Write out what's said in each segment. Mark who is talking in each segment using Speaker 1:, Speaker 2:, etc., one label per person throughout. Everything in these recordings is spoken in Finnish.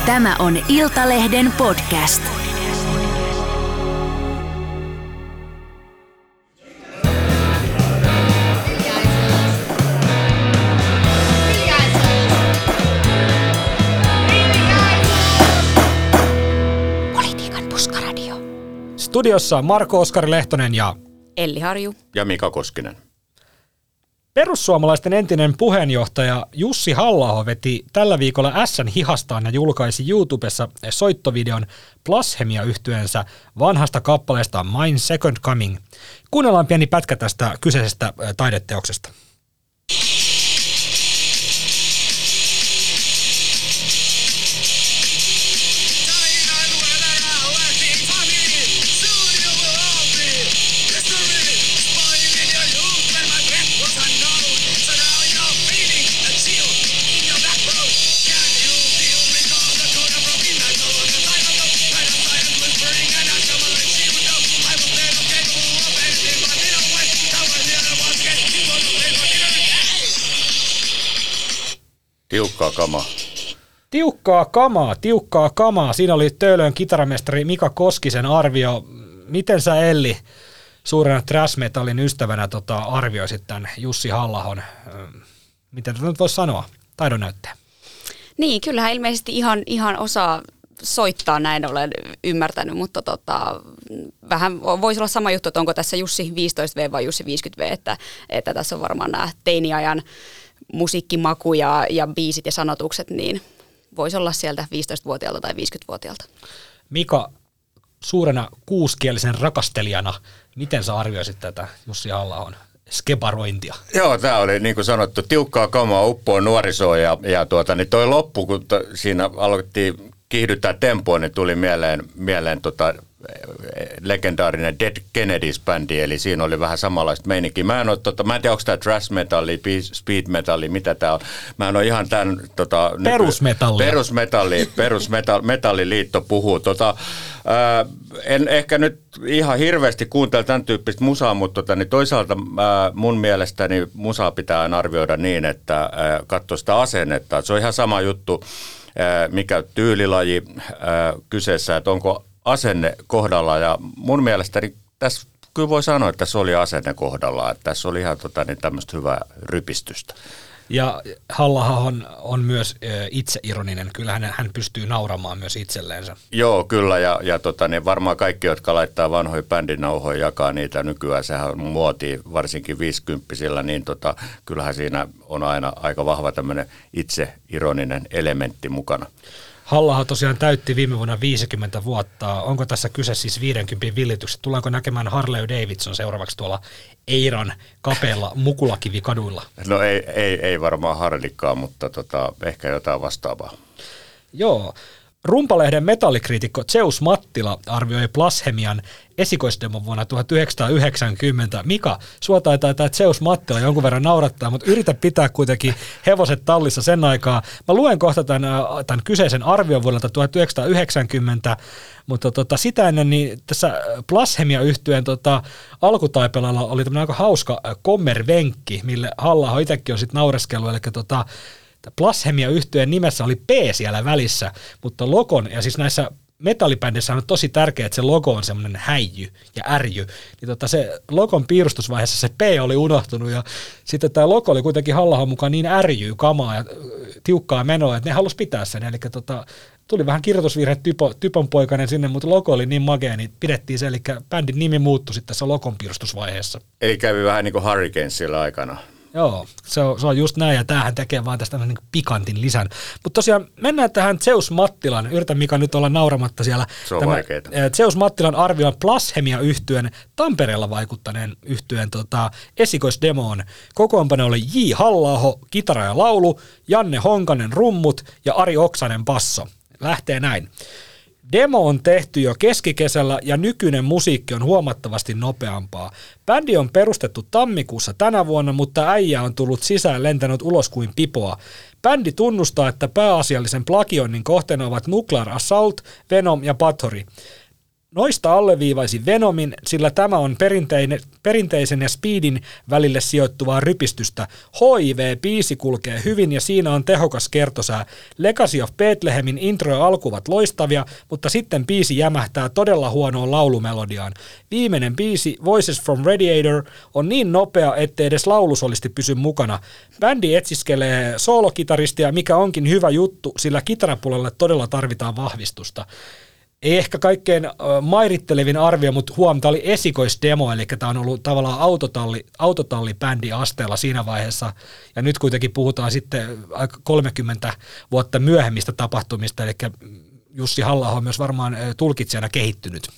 Speaker 1: Tämä on Iltalehden podcast.
Speaker 2: Politiikan puskaradio.
Speaker 3: Studiossa Marko Oskari Lehtonen ja
Speaker 2: Elli Harju
Speaker 4: ja Mika Koskinen.
Speaker 3: Perussuomalaisten entinen puheenjohtaja Jussi Halla-aho veti tällä viikolla S:n hihastaan ja julkaisi YouTubessa soittovideon Blasphemia-yhtyeensä vanhasta kappaleesta Mine Second Coming. Kuunnellaan pieni pätkä tästä kyseisestä taideteoksesta. Tiukkaa kamaa. Siinä oli Töölön kitaramestari Mika Koskisen arvio. Miten sä, Elli, suurena thrash-metallin ystävänä arvioisit tämän Jussi Halla-ahon, miten tätä nyt voisi sanoa, taidonnäytteen?
Speaker 2: Niin, kyllähän ilmeisesti ihan osaa soittaa, näin olen ymmärtänyt, mutta vähän voisi olla sama juttu, että onko tässä Jussi 15V vai Jussi 50V, että tässä on varmaan nämä teiniajan musiikkimaku ja biisit ja sanotukset, niin voisi olla sieltä 15-vuotiaalta tai 50-vuotiaalta.
Speaker 3: Mika, suurena kuuskielisen rakastelijana, miten sä arvioisit tätä Jussi Halla-ahon skebarointia?
Speaker 4: Joo, tämä oli niin kuin sanottu, tiukkaa kamaa, uppoa nuorisoa ja niin toi loppu, kun siinä aloitettiin kiihdyttää tempoa, niin tuli mieleen legendaarinen Dead Kennedys-bändi, eli siinä oli vähän samanlaista meininkiä. Mä en tiedä, onko tämä thrash metalli, speed metalli, mitä tämä on. Mä en ole ihan tämän perusmetalliliitto puhuu. En ehkä nyt ihan hirveästi kuuntele tämän tyyppistä musaa, mutta niin toisaalta mun mielestäni musaa pitää aina arvioida niin, että katsoo sitä asennetta. Se on ihan sama juttu, mikä tyylilaji kyseessä, että onko asenne kohdalla, ja mun mielestäni tässä kyllä voi sanoa, että tässä oli asenne kohdalla, että tässä oli ihan tämmöistä hyvää rypistystä.
Speaker 3: Ja Halla-aho on myös itseironinen, kyllä hän pystyy nauramaan myös itselleensä.
Speaker 4: Joo, kyllä, ja niin varmaan kaikki, jotka laittaa vanhoja bändinauhoja, jakaa niitä nykyään, sehän on muotia, varsinkin 50-sillä, niin kyllähän siinä on aina aika vahva tämmöinen itseironinen elementti mukana.
Speaker 3: Halla-aho tosiaan täytti viime vuonna 50 vuotta. Onko tässä kyse siis 50 villityksestä? Tullaanko näkemään Harley Davidson seuraavaksi tuolla Eiran kapealla Mukulakivikaduilla?
Speaker 4: No ei varmaan Harlikkaan, mutta ehkä jotain vastaavaa.
Speaker 3: Joo. Rumpalehden metallikriitikko Zeus Mattila arvioi Blasphemian esikoisdemon vuonna 1990. Mika, sua taitaa tämä Zeus Mattila jonkun verran naurattaa, mutta yritä pitää kuitenkin hevoset tallissa sen aikaa. Mä luen kohta tämän kyseisen arvion vuodelta 1990, mutta sitä ennen niin tässä Blasphemia-yhtyeen alkutaipaleella oli tämmöinen aika hauska kommervenkki, mille Halla-aho itsekin on sitten naureskellut, eli Blasphemia-yhtyeen nimessä oli P siellä välissä, mutta logon, ja siis näissä metallibändissä on tosi tärkeää, että se logo on semmoinen häijy ja ärjy, niin se logon piirustusvaiheessa se P oli unohtunut, ja sitten tämä logo oli kuitenkin Halla-ahon mukaan niin ärjyy kamaa ja tiukkaa menoa, että ne halusi pitää sen, eli tuli vähän kirjoitusvirhe typonpoikainen sinne, mutta logo oli niin magea, niin pidettiin se, eli bändin nimi muuttui sitten tässä logon piirustusvaiheessa.
Speaker 4: Eli kävi vähän niin kuin Hurricanesilla aikana.
Speaker 3: Joo, se on just näin, ja tämähän tekee vaan tästä niin pikantin lisän. Mutta tosiaan mennään tähän Zeus Mattilan, yritän Mika nyt olla nauramatta siellä.
Speaker 4: Se on vaikeaa.
Speaker 3: Zeus Mattilan arvioon Blasphemia-yhtyeen Tampereella vaikuttaneen yhtyeen esikoisdemoon. Kokoonpano oli J. Halla-aho, kitara ja laulu, Janne Honkanen rummut ja Ari Oksanen basso. Lähtee näin. Demo on tehty jo keskikesällä ja nykyinen musiikki on huomattavasti nopeampaa. Bändi on perustettu tammikuussa tänä vuonna, mutta äijä on tullut sisään lentänyt ulos kuin pipoa. Bändi tunnustaa, että pääasiallisen plagioinnin kohteena ovat Nuclear Assault, Venom ja Bathory. Noista alleviivaisin Venomin, sillä tämä on perinteisen ja Speedin välille sijoittuvaa rypistystä. HIV-biisi kulkee hyvin ja siinä on tehokas kertosää. Legacy of Bethlehemin intro ja alku ovat loistavia, mutta sitten biisi jämähtää todella huonoon laulumelodiaan. Viimeinen biisi, Voices from Radiator, on niin nopea, ettei edes laulusolisti pysy mukana. Bändi etsiskelee soolokitaristia, mikä onkin hyvä juttu, sillä kitarapuolelle todella tarvitaan vahvistusta. Ei ehkä kaikkein mairittelevin arvio, mutta tämä oli esikoisdemo, eli tämä on ollut tavallaan autotallibändi asteella siinä vaiheessa, ja nyt kuitenkin puhutaan sitten 30 vuotta myöhemmistä tapahtumista, eli Jussi Halla-aho on myös varmaan tulkitsijana kehittynyt.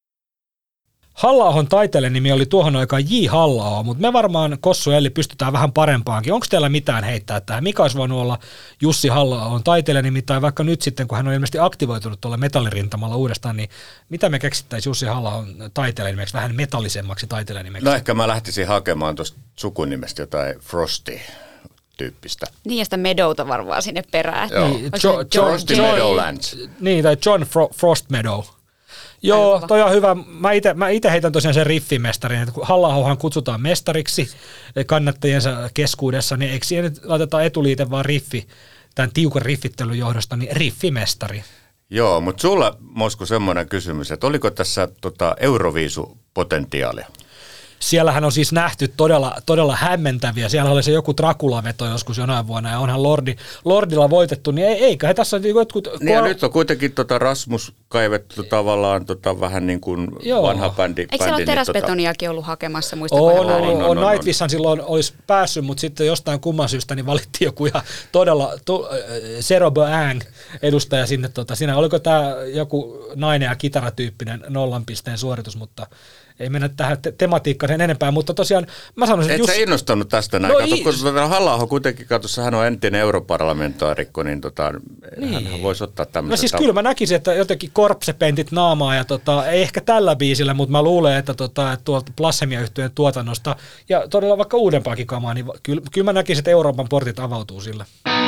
Speaker 3: Halla-ahon taiteilijan nimi oli tuohon aikaan J. Halla-aho, mutta me varmaan Kossu Elli pystytään vähän parempaankin. Onko teillä mitään heittää tähän? Mikä olisi voinut olla Jussi Halla-ahon taiteilijan nimi, tai vaikka nyt sitten, kun hän on ilmeisesti aktivoitunut tuolla metallirintamalla uudestaan, niin mitä me keksittäisiin Jussi Halla-ahon taiteilijan nimeksi, vähän metallisemmaksi taiteilijan nimeksi?
Speaker 4: No ehkä mä lähtisin hakemaan tuosta sukunimestä jotain Frosty-tyyppistä.
Speaker 2: Niin, ja sitä Medowta varmaan sinne perään.
Speaker 4: Frosty Meadowlands.
Speaker 3: Niin, tai John Frost Meadow. Joo, toi on hyvä. Mä itse heitän tosiaan sen riffimestarin, että kun Halla-ahohan kutsutaan mestariksi kannattajiensa keskuudessa, niin eikö siihen nyt laitetaan etuliite vaan riffi, tämän tiukan riffittelyn johdosta, niin riffimestari.
Speaker 4: Joo, mutta sulla, Mosku, semmoinen kysymys, että oliko tässä Euroviisu-potentiaalia?
Speaker 3: Siellähän on siis nähty todella hämmentäviä. Siellä oli se joku Dracula-veto joskus jonain vuonna, ja onhan Lordilla voitettu, niin eiköhän tässä on jotkut...
Speaker 4: Niin ja nyt on kuitenkin Rasmus kaivettu tavallaan vähän niin kuin vanha bändi.
Speaker 2: Eikö siellä ole teräsbetoniakin ollut hakemassa, muistatko?
Speaker 3: On Nightwishhan silloin olisi päässyt, mutta sitten jostain kumman syystä niin valittiin joku ihan todella Zero-Bang edustaja sinne. Siinä oliko tämä joku nainen ja kitaratyyppinen 0 pisteen suoritus, mutta... Ei mennä tähän tematiikkaan sen enempää, mutta tosiaan mä sanoisin, että...
Speaker 4: Et sä innostunut tästä näin? Kun Halla-aho kuitenkin, hän on entinen europarlamentaarikko, niin hän voisi ottaa tämmöisen...
Speaker 3: No siis kyllä mä näkisin, että jotenkin korpsepentit naamaa, ja ei ehkä tällä biisillä, mutta mä luulen, että tuolta Blasphemia-yhtyeen tuotannosta, ja todella vaikka uudempaakin kamaa, niin kyllä mä näkisin, että Euroopan portit avautuu sillä.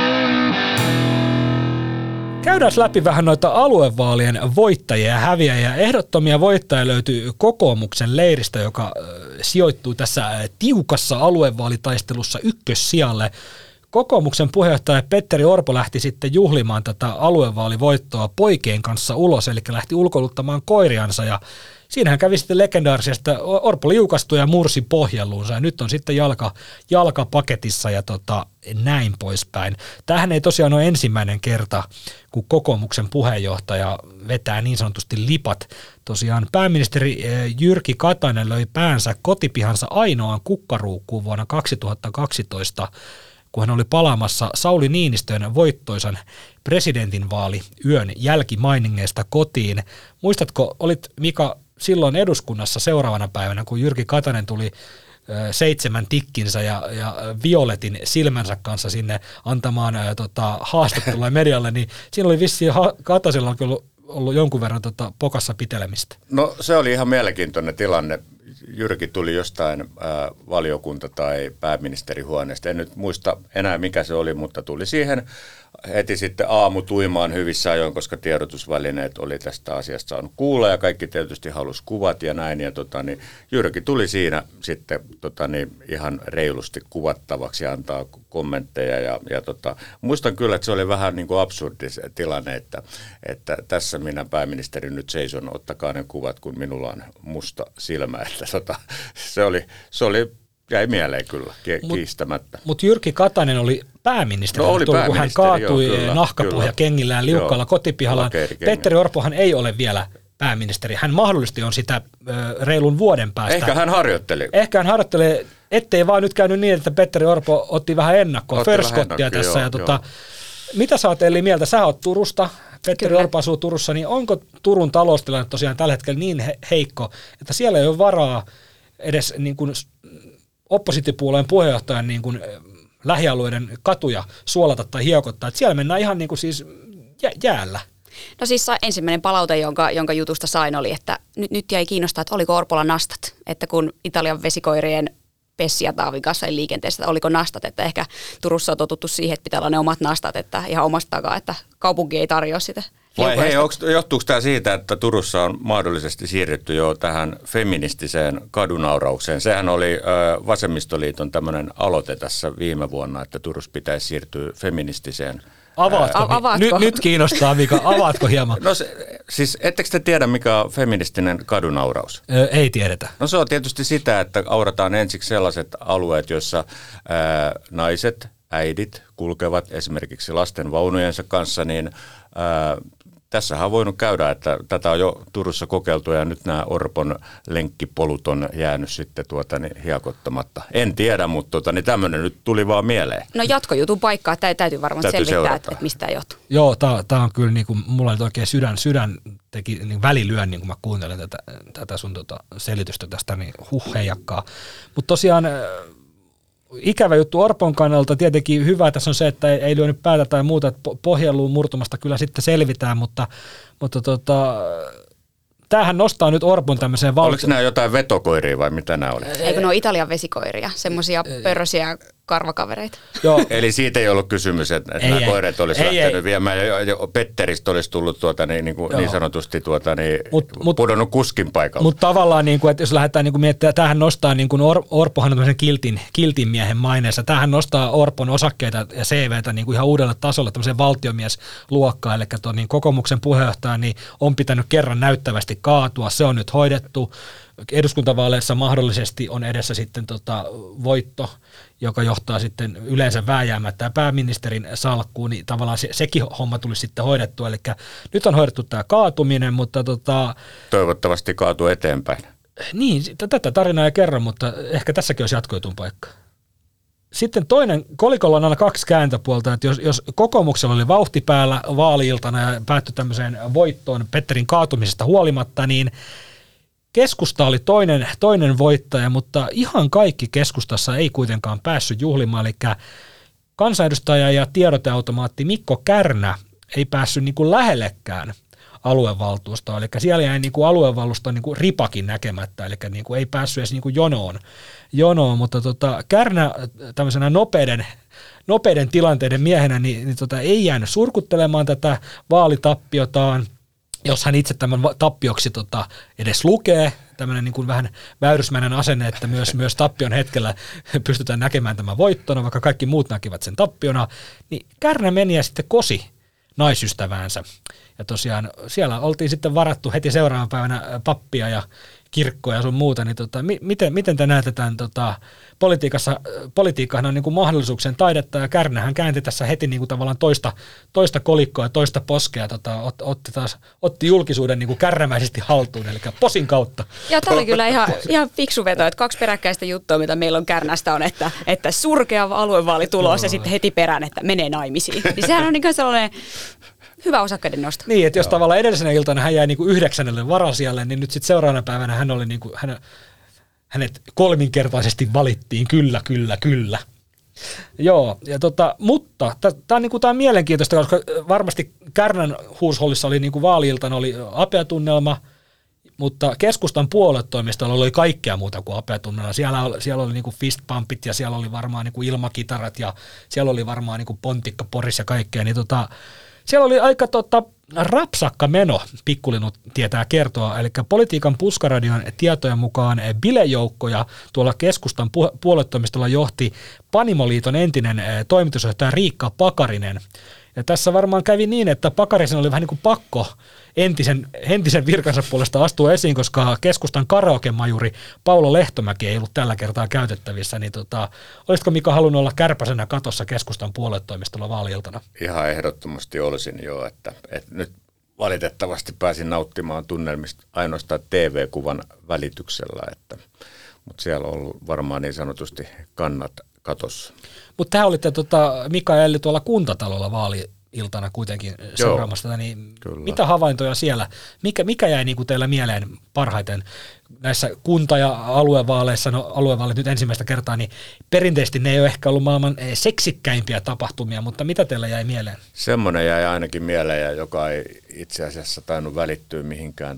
Speaker 3: Käydään läpi vähän noita aluevaalien voittajia ja häviäjiä. Ehdottomia voittajia löytyy kokoomuksen leiristä, joka sijoittuu tässä tiukassa aluevaalitaistelussa ykkössijalle. Kokoomuksen puheenjohtaja Petteri Orpo lähti sitten juhlimaan tätä aluevaalivoittoa poikien kanssa ulos, eli lähti ulkoiluttamaan koiriansa, ja siinähän kävi sitten legendaarisesti, että Orpo liukastui ja mursi pohjalluunsa, ja nyt on sitten jalka paketissa ja näin poispäin. Tämähän ei tosiaan ole ensimmäinen kerta, kun kokoomuksen puheenjohtaja vetää niin sanotusti lipat. Tosiaan pääministeri Jyrki Katainen löi päänsä kotipihansa ainoaan kukkaruukkuun vuonna 2012, kun hän oli palaamassa Sauli Niinistön voittoisan presidentinvaali yön jälkimainingeista kotiin. Muistatko, olit Mika silloin eduskunnassa seuraavana päivänä, kun Jyrki Katainen tuli 7 tikkinsä ja violetin silmänsä kanssa sinne antamaan haastattelua medialle, niin siinä oli vissiin Kataisella ollut jonkun verran pokassa pitelemistä.
Speaker 4: No se oli ihan mielenkiintoinen tilanne. Jyrki tuli jostain valiokunta- tai pääministerihuoneesta. En nyt muista enää mikä se oli, mutta tuli siihen heti sitten aamutuimaan hyvissä ajoin, koska tiedotusvälineet oli tästä asiasta saanut kuulla ja kaikki tietysti halusi kuvat ja näin. Ja Jyrki tuli siinä sitten ihan reilusti kuvattavaksi ja antaa kommentteja. Ja muistan kyllä, että se oli vähän niin kuin absurdi tilanne, että tässä minä pääministeri nyt seison, ottakaa ne kuvat, kun minulla on musta silmä. Että se oli jäi mieleen kyllä, kiistämättä.
Speaker 3: Mutta Jyrki Katainen oli pääministeri, kun hän kaatui nahkapohjakengillään liukkaalla kotipihallaan. Petteri Orpohan ei ole vielä pääministeri. Hän mahdollisesti on sitä reilun vuoden päästä.
Speaker 4: Ehkä hän harjoittelee,
Speaker 3: ettei vaan nyt käynyt niin, että Petteri Orpo otti vähän ennakkoa, förskottia tässä. Joo. Mitä sä oot Elli mieltä? Sä oot Turusta, Petteri Orpo asuu Turussa, niin onko Turun taloustilanne tosiaan tällä hetkellä niin heikko, että siellä ei ole varaa edes niin kuin oppositiopuolueen puheenjohtajan niin kuin lähialueiden katuja suolata tai hiekottaa, että siellä mennään ihan niin kuin siis jäällä.
Speaker 2: No siis ensimmäinen palaute, jonka jutusta sain, oli, että nyt jäi kiinnostaa, että oliko Orpolla nastat, että kun Italian vesikoirien Pessi ja Taavin kanssa oli liikenteessä, että oliko nastat, että ehkä Turussa on totuttu siihen, että pitää olla ne omat nastat, että ihan omasta takaa, että kaupunki ei tarjoa sitä
Speaker 4: Vai hei, johtuuko tämä siitä, että Turussa on mahdollisesti siirrytty jo tähän feministiseen kadunauraukseen? Sehän oli Vasemmistoliiton tämmöinen aloite tässä viime vuonna, että Turussa pitäisi siirtyä feministiseen.
Speaker 3: Avaatko? Nyt kiinnostaa, Mika. Avaatko hieman?
Speaker 4: No siis ettekö te tiedä, mikä on feministinen kadunauraus?
Speaker 3: Ei tiedetä.
Speaker 4: No se on tietysti sitä, että aurataan ensiksi sellaiset alueet, joissa naiset, äidit kulkevat esimerkiksi lasten vaunujensa kanssa, niin tässähän on voinut käydä, että tätä on jo Turussa kokeiltu ja nyt nämä Orpon lenkkipolut on jäänyt sitten hiekottamatta. En tiedä, mutta tämmöinen nyt tuli vaan mieleen.
Speaker 2: No jatkojutun paikkaa, täytyy varmaan selvittää, että mistä johtuu.
Speaker 3: Joo, tää on kyllä, niin kuin, mulla oli oikein sydän teki niin välilyön, niin kun mä kuuntelen tätä sun selitystä tästä, niin heijakkaa. Mutta tosiaan ikävä juttu Orpon kannalta, tietenkin hyvä tässä on se, että ei lyönyt päätä tai muuta, että pohjaluun murtumasta kyllä sitten selvitään, mutta tämähän nostaa nyt Orpon tämmöiseen
Speaker 4: Oliko nämä jotain vetokoiria vai mitä nämä oli?
Speaker 2: Eikö ne ole Italian vesikoiria, semmoisia pörrösiä karvakavereita?
Speaker 3: Joo.
Speaker 4: Eli siitä ei ollut kysymys, että nämä koirat olisi lähtenyt viemään ja Petteristä olisi tullut niin sanotusti pudonnut kuskin paikalla.
Speaker 3: Mutta tavallaan, niin kuin, että jos lähdetään niin miettimään, tämähän nostaa, niin kuin Orpohan on tämmöisen kiltin miehen maineessa, tämähän nostaa Orpon osakkeita ja CVtä niin kuin ihan uudelle tasolle, tämmöiseen valtiomiesluokkaan, eli niin kokoomuksen puheenjohtaja niin on pitänyt kerran näyttävästi kaatua, se on nyt hoidettu. Eduskuntavaaleissa mahdollisesti on edessä sitten voitto, joka johtaa sitten yleensä vääjäämättä pääministerin salkkuun, niin tavallaan sekin homma tulisi sitten hoidettua. Eli nyt on hoidettu tämä kaatuminen, mutta
Speaker 4: toivottavasti kaatuu eteenpäin.
Speaker 3: Niin, tätä tarinaa ei kerro, mutta ehkä tässäkin olisi jatkoitun paikka. Sitten toinen, kolikolla on aina kaksi kääntöpuolta, että jos kokoomuksella oli vauhti päällä vaali-iltana ja päättyi tämmöiseen voittoon Petterin kaatumisesta huolimatta, niin keskusta oli toinen voittaja, mutta ihan kaikki keskustassa ei kuitenkaan päässyt juhlimaan, eli kansanedustaja ja tiedoteautomaatti Mikko Kärnä ei päässyt niin kuin lähellekään aluevaltuustoa, eli siellä jäi niin kuin aluevaltuusto niin kuin ripakin näkemättä, eli niin kuin ei päässyt edes niin kuin jonoon, mutta Kärnä tämmöisenä nopeiden tilanteiden miehenä niin ei jäänyt surkuttelemaan tätä vaalitappiotaan, jos hän itse tämän tappioksi edes lukee, tämmöinen niin kuin vähän väyrysmäinen asenne, että myös tappion hetkellä pystytään näkemään tämä voittona, vaikka kaikki muut näkivät sen tappiona, niin Kärnä meni ja sitten kosi naisystäväänsä. Ja tosiaan siellä oltiin sitten varattu heti seuraavan päivänä pappia ja kirkkoja ja sun muuta, niin miten te näette tämän politiikkahan on niin kuin mahdollisuuksien taidetta, ja Kärnähän käänti tässä heti niin kuin tavallaan toista kolikkoa ja toista poskea, otti julkisuuden niin kuin kärrämäisesti haltuun, eli posin kautta.
Speaker 2: Ja tämä oli kyllä ihan fiksu veto, että kaksi peräkkäistä juttua, mitä meillä on Kärnästä on, että surkea aluevaalitulos ja sitten heti perään, että menee naimisiin. Niin sehän on niin kuin sellainen hyvä osakkeiden nosto.
Speaker 3: Niin, että jos tavallaan edellisenä iltana hän jäi niin kuin 9. varasijalle, niin nyt sitten seuraavana päivänä hän oli niin kuin, hänet kolminkertaisesti valittiin, kyllä. Joo, ja mutta tämä on, niin on mielenkiintoista, koska varmasti Kärnän huushollissa oli niin kuin vaali-iltana oli apeatunnelma, mutta keskustan puoluetoimistolla oli kaikkea muuta kuin apeatunnelma. Siellä oli niin kuin fistpumpit ja siellä oli varmaan niin kuin ilmakitarat ja siellä oli varmaan niin kuin pontikka Poris ja kaikkea, niin siellä oli aika rapsakka meno, Pikkulinut tietää kertoa, eli Politiikan Puskaradion tietojen mukaan bilejoukkoja tuolla keskustan puoluetoimistolla johti Panimoliiton entinen toimitusjohtaja Riikka Pakarinen. Ja tässä varmaan kävi niin, että Pakarisen oli vähän niin kuin pakko entisen virkansa puolesta astua esiin, koska keskustan karaoke-majuri Paulo Lehtomäki ei ollut tällä kertaa käytettävissä, niin olisitko Mika halunnut olla kärpäsenä katossa keskustan puoluetoimistolla vaali-iltana?
Speaker 4: Ihan ehdottomasti olisin jo, että nyt valitettavasti pääsin nauttimaan tunnelmista ainoastaan TV-kuvan välityksellä, mutta siellä on ollut varmaan niin sanotusti kannat katossa.
Speaker 3: Mutta tähän olitte Mika ja Elli tuolla kuntatalolla vaali-iltana kuitenkin seuraamassa tätä, niin kyllä. Mitä havaintoja siellä, mikä jäi niin kuin teillä mieleen parhaiten näissä kunta- ja aluevaaleissa, no aluevaalit nyt ensimmäistä kertaa, niin perinteisesti ne ei ole ehkä ollut maailman seksikkäimpiä tapahtumia, mutta mitä teillä jäi mieleen?
Speaker 4: Semmoinen jäi ainakin mieleen, ja joka ei itse asiassa tainnut välittyä mihinkään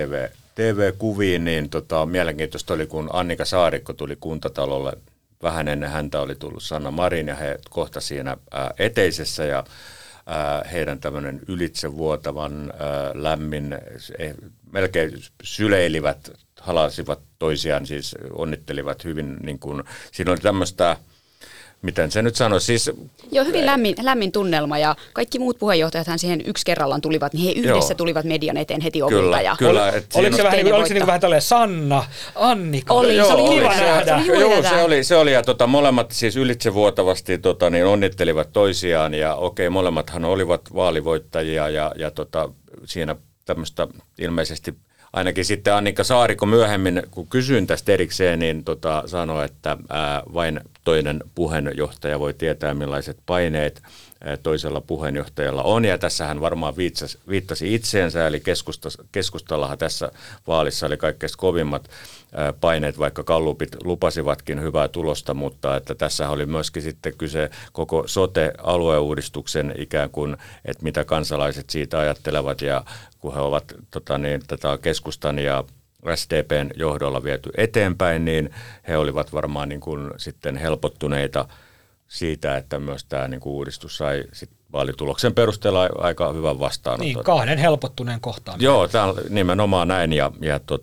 Speaker 4: TV-kuviin, niin mielenkiintoista oli, kun Annika Saarikko tuli kuntatalolle. Vähän ennen häntä oli tullut Sanna Marin ja he kohta siinä eteisessä ja heidän tämmöinen ylitsevuotavan lämmin, melkein syleilivät, halasivat toisiaan, siis onnittelivat hyvin, niin kuin, siinä oli tämmöistä, miten se nyt sanoisi, siis...
Speaker 2: Joo, hyvin lämmin tunnelma ja kaikki muut puheenjohtajathan siihen yksi kerrallaan tulivat, niin he yhdessä tulivat median eteen heti ovilta.
Speaker 4: Kyllä.
Speaker 3: Oliko se vähän tälleen Sanna, Annika?
Speaker 2: Oli,
Speaker 3: joo,
Speaker 2: se oli kiva nähdä.
Speaker 4: Joo, se oli ja molemmat siis ylitsevuotavasti onnittelivat toisiaan ja molemmathan olivat vaalivoittajia ja siinä tämmöistä ilmeisesti ainakin sitten Annika Saarikko myöhemmin, kun kysyin tästä erikseen, niin sanoi, että vain toinen puheenjohtaja voi tietää, millaiset paineet toisella puheenjohtajalla on. Ja tässä hän varmaan viittasi itseensä, eli keskustallahan tässä vaalissa oli kaikkein kovimmat paineet, vaikka gallupit lupasivatkin hyvää tulosta, mutta että tässä oli myöskin sitten kyse koko sote-alueuudistuksen ikään kuin, että mitä kansalaiset siitä ajattelevat ja kun he ovat tätä keskustan ja SDPn johdolla viety eteenpäin, niin he olivat varmaan niin kuin sitten helpottuneita siitä, että myös tämä niin kuin uudistus sai sit vaalituloksen perusteella aika hyvän vastaanoton.
Speaker 3: Niin, kahden helpottuneen kohtaaminen.
Speaker 4: Joo, tämä on nimenomaan näin ja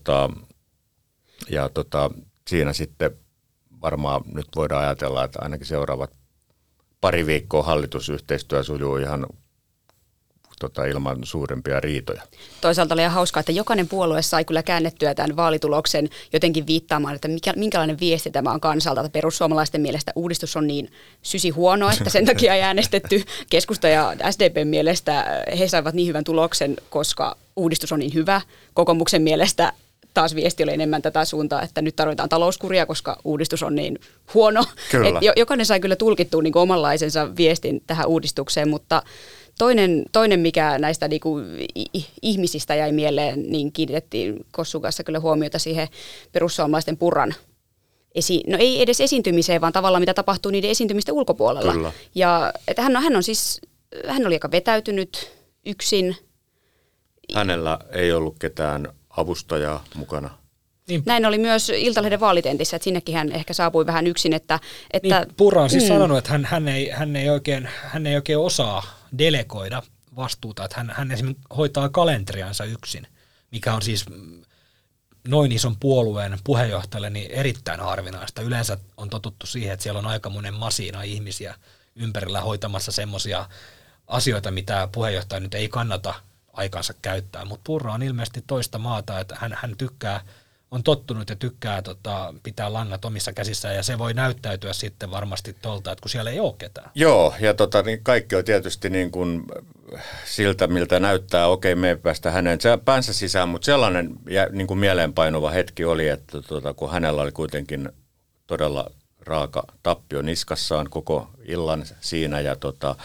Speaker 4: siinä sitten varmaan nyt voidaan ajatella, että ainakin seuraavat pari viikkoa hallitusyhteistyö sujuu ihan ilman suurempia riitoja.
Speaker 2: Toisaalta oli ihan hauskaa, että jokainen puolue sai kyllä käännettyä tämän vaalituloksen jotenkin viittaamaan, että minkälainen viesti tämä on kansalta. Että perussuomalaisten mielestä uudistus on niin huono, että sen takia ei äänestetty. Keskusta ja SDPn mielestä he saivat niin hyvän tuloksen, koska uudistus on niin hyvä. Kokoomuksen mielestä taas viesti oli enemmän tätä suuntaa, että nyt tarvitaan talouskuria, koska uudistus on niin huono. Jokainen sai kyllä tulkittua niin kuin omanlaisensa viestin tähän uudistukseen, mutta toinen mikä näistä niinku ihmisistä jäi mieleen, niin kiinnitettiin Kossun kanssa kyllä huomiota siihen perussuomalaisten Purran no ei edes esiintymiseen, vaan tavallaan mitä tapahtuu niiden esiintymisten ulkopuolella. Kyllä. Ja että hän oli aika vetäytynyt yksin. Hänellä
Speaker 4: ei ollut ketään avustajaa mukana.
Speaker 3: Niin.
Speaker 2: Näin oli myös Iltalehden vaalitentissä, että sinnekin hän ehkä saapui vähän yksin. Että
Speaker 3: niin, Purra on siis sanonut, että hän ei oikein osaa delegoida vastuuta, että hän esimerkiksi hoitaa kalenteriansa yksin, mikä on siis noin ison puolueen puheenjohtajalle niin erittäin harvinaista. Yleensä on totuttu siihen, että siellä on aikamoinen masiina ihmisiä ympärillä hoitamassa semmoisia asioita, mitä puheenjohtaja nyt ei kannata aikansa käyttää, mutta Purra on ilmeisesti toista maata, että hän on tottunut ja tykkää pitää langat omissa käsissään ja se voi näyttäytyä sitten varmasti tuolta, että kun siellä ei ole ketään.
Speaker 4: Joo, ja niin kaikki on tietysti niin kuin siltä, miltä näyttää, me ei päästä hänen päänsä sisään, mutta sellainen niin kuin mieleenpainuva hetki oli, että kun hänellä oli kuitenkin todella raaka tappio niskassaan koko illan siinä ja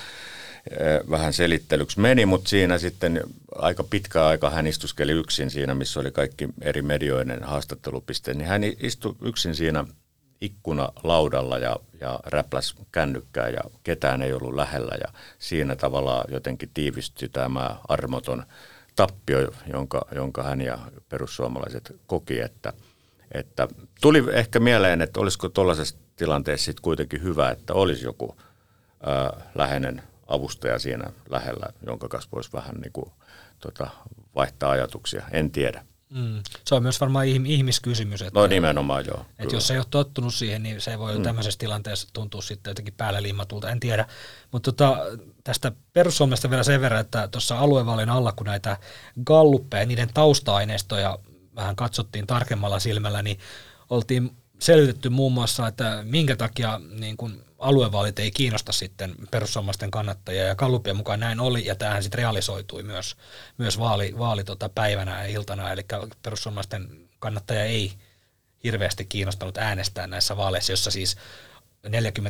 Speaker 4: vähän selittelyksi meni, mutta siinä sitten aika pitkä aika hän istuskeli yksin siinä, missä oli kaikki eri medioiden haastattelupiste, niin hän istui yksin siinä ikkunalaudalla ja räpläsi kännykkää ja ketään ei ollut lähellä ja siinä tavallaan jotenkin tiivistyi tämä armoton tappio, jonka hän ja perussuomalaiset koki, että tuli ehkä mieleen, että olisiko tuollaisessa tilanteessa sitten kuitenkin hyvä, että olisi joku läheinen avustaja siinä lähellä, jonka kanssa voisi vähän niin kuin, vaihtaa ajatuksia. En tiedä.
Speaker 3: Se on myös varmaan ihmiskysymys. Että
Speaker 4: no nimenomaan joo.
Speaker 3: Että jos ei ole tottunut siihen, niin se voi tämmöisessä tilanteessa tuntua sitten jotenkin päälle liimatulta. En tiedä. Mutta tästä perussuomalaisesta vielä sen verran, että tuossa aluevaalien alla, kun näitä galluppeja, niiden tausta-aineistoja vähän katsottiin tarkemmalla silmällä, niin oltiin selvitetty muun muassa, että minkä takia niin kun aluevaalit ei kiinnosta sitten perussuomalaisten kannattajia, ja gallupien mukaan näin oli, ja tämähän sitten realisoitui myös vaali päivänä ja iltana, eli perussuomalaisten kannattaja ei hirveästi kiinnostanut äänestää näissä vaaleissa, jossa siis 47,5%,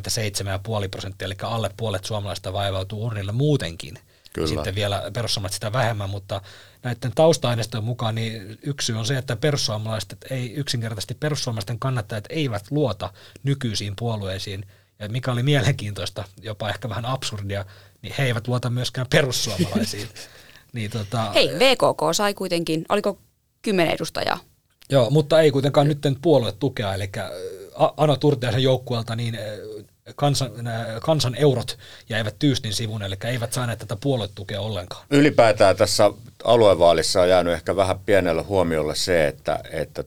Speaker 3: eli alle puolet suomalaista vaivautuu urnille muutenkin. Kyllä. Sitten vielä perussuomalaiset sitä vähemmän, mutta näiden tausta-aineistojen mukaan niin yksi on se, että perussuomalaisten kannattajat eivät luota nykyisiin puolueisiin, ja mikä oli mielenkiintoista, jopa ehkä vähän absurdia, niin he eivät luota myöskään perussuomalaisiin. Niin,
Speaker 2: Hei, VKK sai kuitenkin, oliko 10 edustajaa?
Speaker 3: Joo, mutta ei kuitenkaan nyt puolue tukea, eli Ano Turtiaisen joukkueelta niin kansan eurot jäivät tyystin sivuun, eli eivät saaneet tätä puoluetukea ollenkaan.
Speaker 4: Ylipäätään tässä aluevaalissa on jäänyt ehkä vähän pienelle huomiolle se, että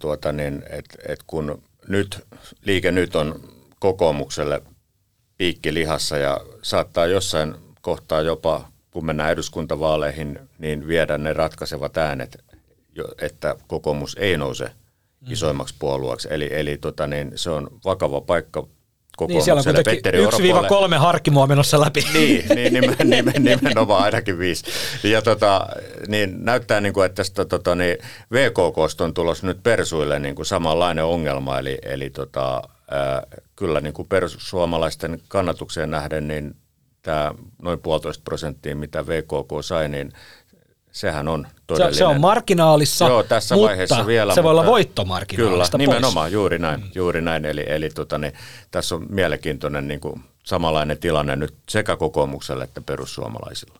Speaker 4: kun Liike Nyt on kokoomukselle piikki lihassa ja saattaa jossain kohtaa jopa, kun mennään eduskuntavaaleihin, niin viedä ne ratkaisevat äänet, että kokoomus ei nouse isoimmaksi puolueeksi. Eli se on vakava paikka kokoomukselle.
Speaker 3: Niin siellä on kuitenkin 1-3 Harkimoa menossa läpi.
Speaker 4: Nimenomaan ainakin 5. Ja niin näyttää, niin kuin, että tästä VKK:sta on tulossa nyt persuille niin kuin samanlainen ongelma. Eli kyllä niin kuin perussuomalaisten kannatukseen nähden, niin tämä noin 1,5%, mitä VKK sai, niin sehän on todellinen.
Speaker 3: Se on marginaalissa,
Speaker 4: joo, tässä
Speaker 3: mutta
Speaker 4: vaiheessa vielä,
Speaker 3: se voi olla voittomarginaalista.
Speaker 4: Kyllä, nimenomaan, juuri näin. Eli tässä on mielenkiintoinen niin kuin samanlainen tilanne nyt sekä kokoomukselle että perussuomalaisilla.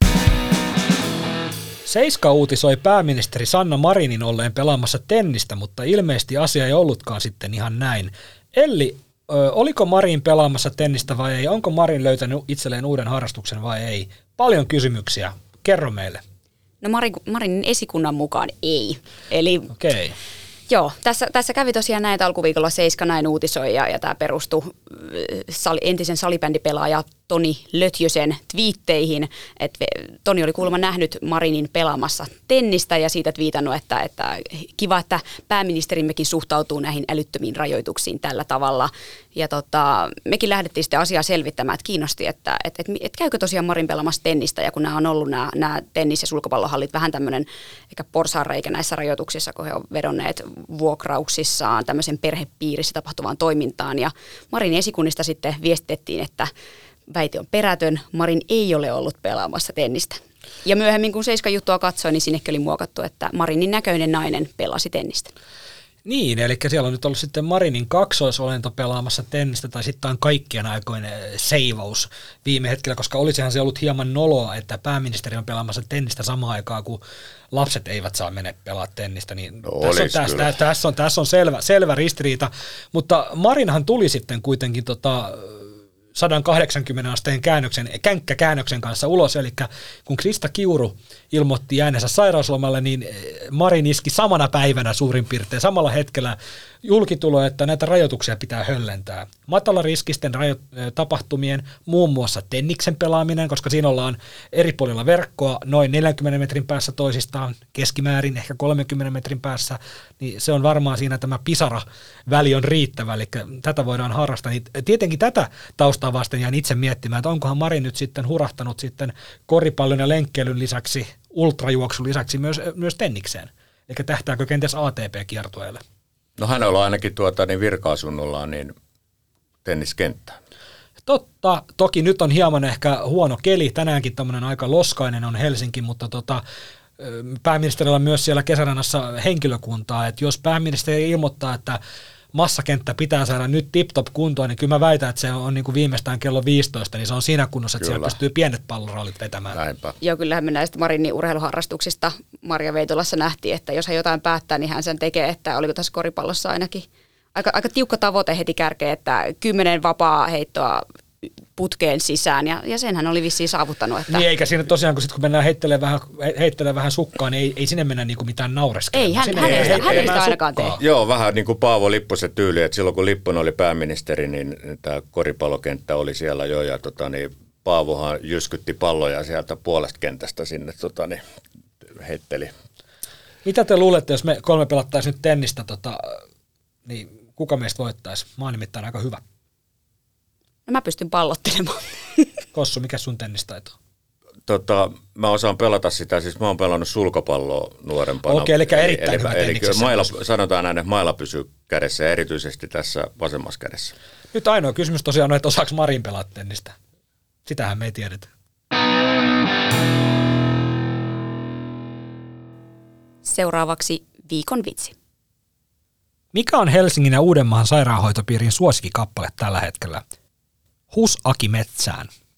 Speaker 3: Seiska uutisoi pääministeri Sanna Marinin olleen pelaamassa tennistä, mutta ilmeisesti asia ei ollutkaan sitten ihan näin. Eli oliko Marin pelaamassa tennistä vai ei? Onko Marin löytänyt itselleen uuden harrastuksen vai ei? Paljon kysymyksiä. Kerro meille.
Speaker 2: No Marinin esikunnan mukaan ei. Eli
Speaker 3: okei.
Speaker 2: Joo, tässä kävi tosiaan näin, että alkuviikolla Seiska näin uutisoi ja tämä perustui entisen salibändipelaaja Toni Lötjösen twiitteihin, että Toni oli kuulemma nähnyt Marinin pelaamassa tennistä ja siitä twiitannut, että kiva, että pääministerimmekin suhtautuu näihin älyttömiin rajoituksiin tällä tavalla. Ja mekin lähdettiin sitten asiaa selvittämään, että kiinnosti, että käykö tosiaan Marin pelaamassa tennistä, ja kun nämä on ollut nämä tennis- ja sulkapallohallit vähän tämmöinen ehkä porsaanreikä näissä rajoituksissa, kun he on vedonneet vuokrauksissaan tämmöisen perhepiirissä tapahtuvaan toimintaan, ja Marin esikunnista sitten viestitettiin, että väite on perätön, Marin ei ole ollut pelaamassa tennistä. Ja myöhemmin, kun Seiska juttua katsoi, niin sinnekin oli muokattu, että Marinin näköinen nainen pelasi tennistä.
Speaker 3: Niin, eli siellä on nyt ollut sitten Marinin kaksoisolento pelaamassa tennistä, tai sitten on kaikkien aikoinen seivous viime hetkellä, koska olisihan se ollut hieman noloa, että pääministeri on pelaamassa tennistä samaan aikaan, kun lapset eivät saa mennä pelaa tennistä, niin no tässä on selvä ristiriita, mutta Marinhan tuli sitten kuitenkin 180 asteen käänkökäännöksen kanssa ulos, eli kun Krista Kiuru ilmoitti äänensä sairauslomalle, niin Marin iski samana päivänä suurin piirtein samalla hetkellä julkitulo, että näitä rajoituksia pitää höllentää. Matalariskisten tapahtumien, muun muassa tenniksen pelaaminen, koska siinä ollaan eri puolilla verkkoa noin 40 metrin päässä toisistaan, keskimäärin ehkä 30 metrin päässä, niin se on varmaan siinä tämä pisara-väli on riittävä, eli tätä voidaan harrastaa. Niin tietenkin tätä taustaa vasten jään itse miettimään, että onkohan Marin nyt sitten hurahtanut sitten koripallon ja lenkkeilyn lisäksi, ultrajuoksun lisäksi myös tennikseen, eli tähtääkö kenties ATP-kiertueelle?
Speaker 4: No hänellä on ainakin virka-asunnollaan niin tenniskenttää.
Speaker 3: Totta, toki nyt on hieman ehkä huono keli, tänäänkin tämmöinen aika loskainen on Helsinki, mutta pääministerillä on myös siellä kesärannassa henkilökuntaa, että jos pääministeri ilmoittaa, että massakenttä pitää saada nyt tip-top kuntoon, niin kyllä mä väitän, että se on niin kuin viimeistään kello 15, niin se on siinä kunnossa, että siellä pystyy pienet pallorallit vetämään.
Speaker 4: Näinpä.
Speaker 2: Joo, kyllähän me näistä Marinin urheiluharrastuksista Marja Veitolassa nähtiin, että jos hän jotain päättää, niin hän sen tekee, että oliko tässä koripallossa ainakin aika tiukka tavoite heti kärkeen, että 10 vapaa heittoa putkeen sisään, ja sen hän oli vissiin saavuttanut. Että
Speaker 3: niin, eikä siinä tosiaan, kun mennään heittelee vähän sukkaa, niin ei sinne mennä niin kuin mitään naureskelua.
Speaker 2: Ei, hän ei sitä ainakaan tee.
Speaker 4: Joo, vähän niin kuin Paavo Lipposen tyyli, että silloin kun Lipponen oli pääministeri, niin tämä koripallokenttä oli siellä jo, ja Paavohan jyskytti palloja sieltä puolesta kentästä sinne heitteli.
Speaker 3: Mitä te luulette, jos me 3 pelattaisiin nyt tennistä, niin kuka meistä voittaisi? Mä oon nimittäin aika hyvä.
Speaker 2: No mä pystyn pallottelemaan.
Speaker 3: Kossu, mikä sun tennistaito on?
Speaker 4: Mä osaan pelata sitä, siis mä oon pelannut sulkapalloa nuorempana.
Speaker 3: Okei, eli erittäin hyvä tenniksessä.
Speaker 4: Sanotaan näin, että maila pysyy kädessä ja erityisesti tässä vasemmassa kädessä.
Speaker 3: Nyt ainoa kysymys tosiaan on, että osaako Marin pelaa tennistä? Sitähän me ei tiedetä.
Speaker 2: Seuraavaksi viikon vitsi.
Speaker 3: Mikä on Helsingin ja Uudenmaan sairaanhoitopiirin suosikkikappale tällä hetkellä? Hus Aki metsään.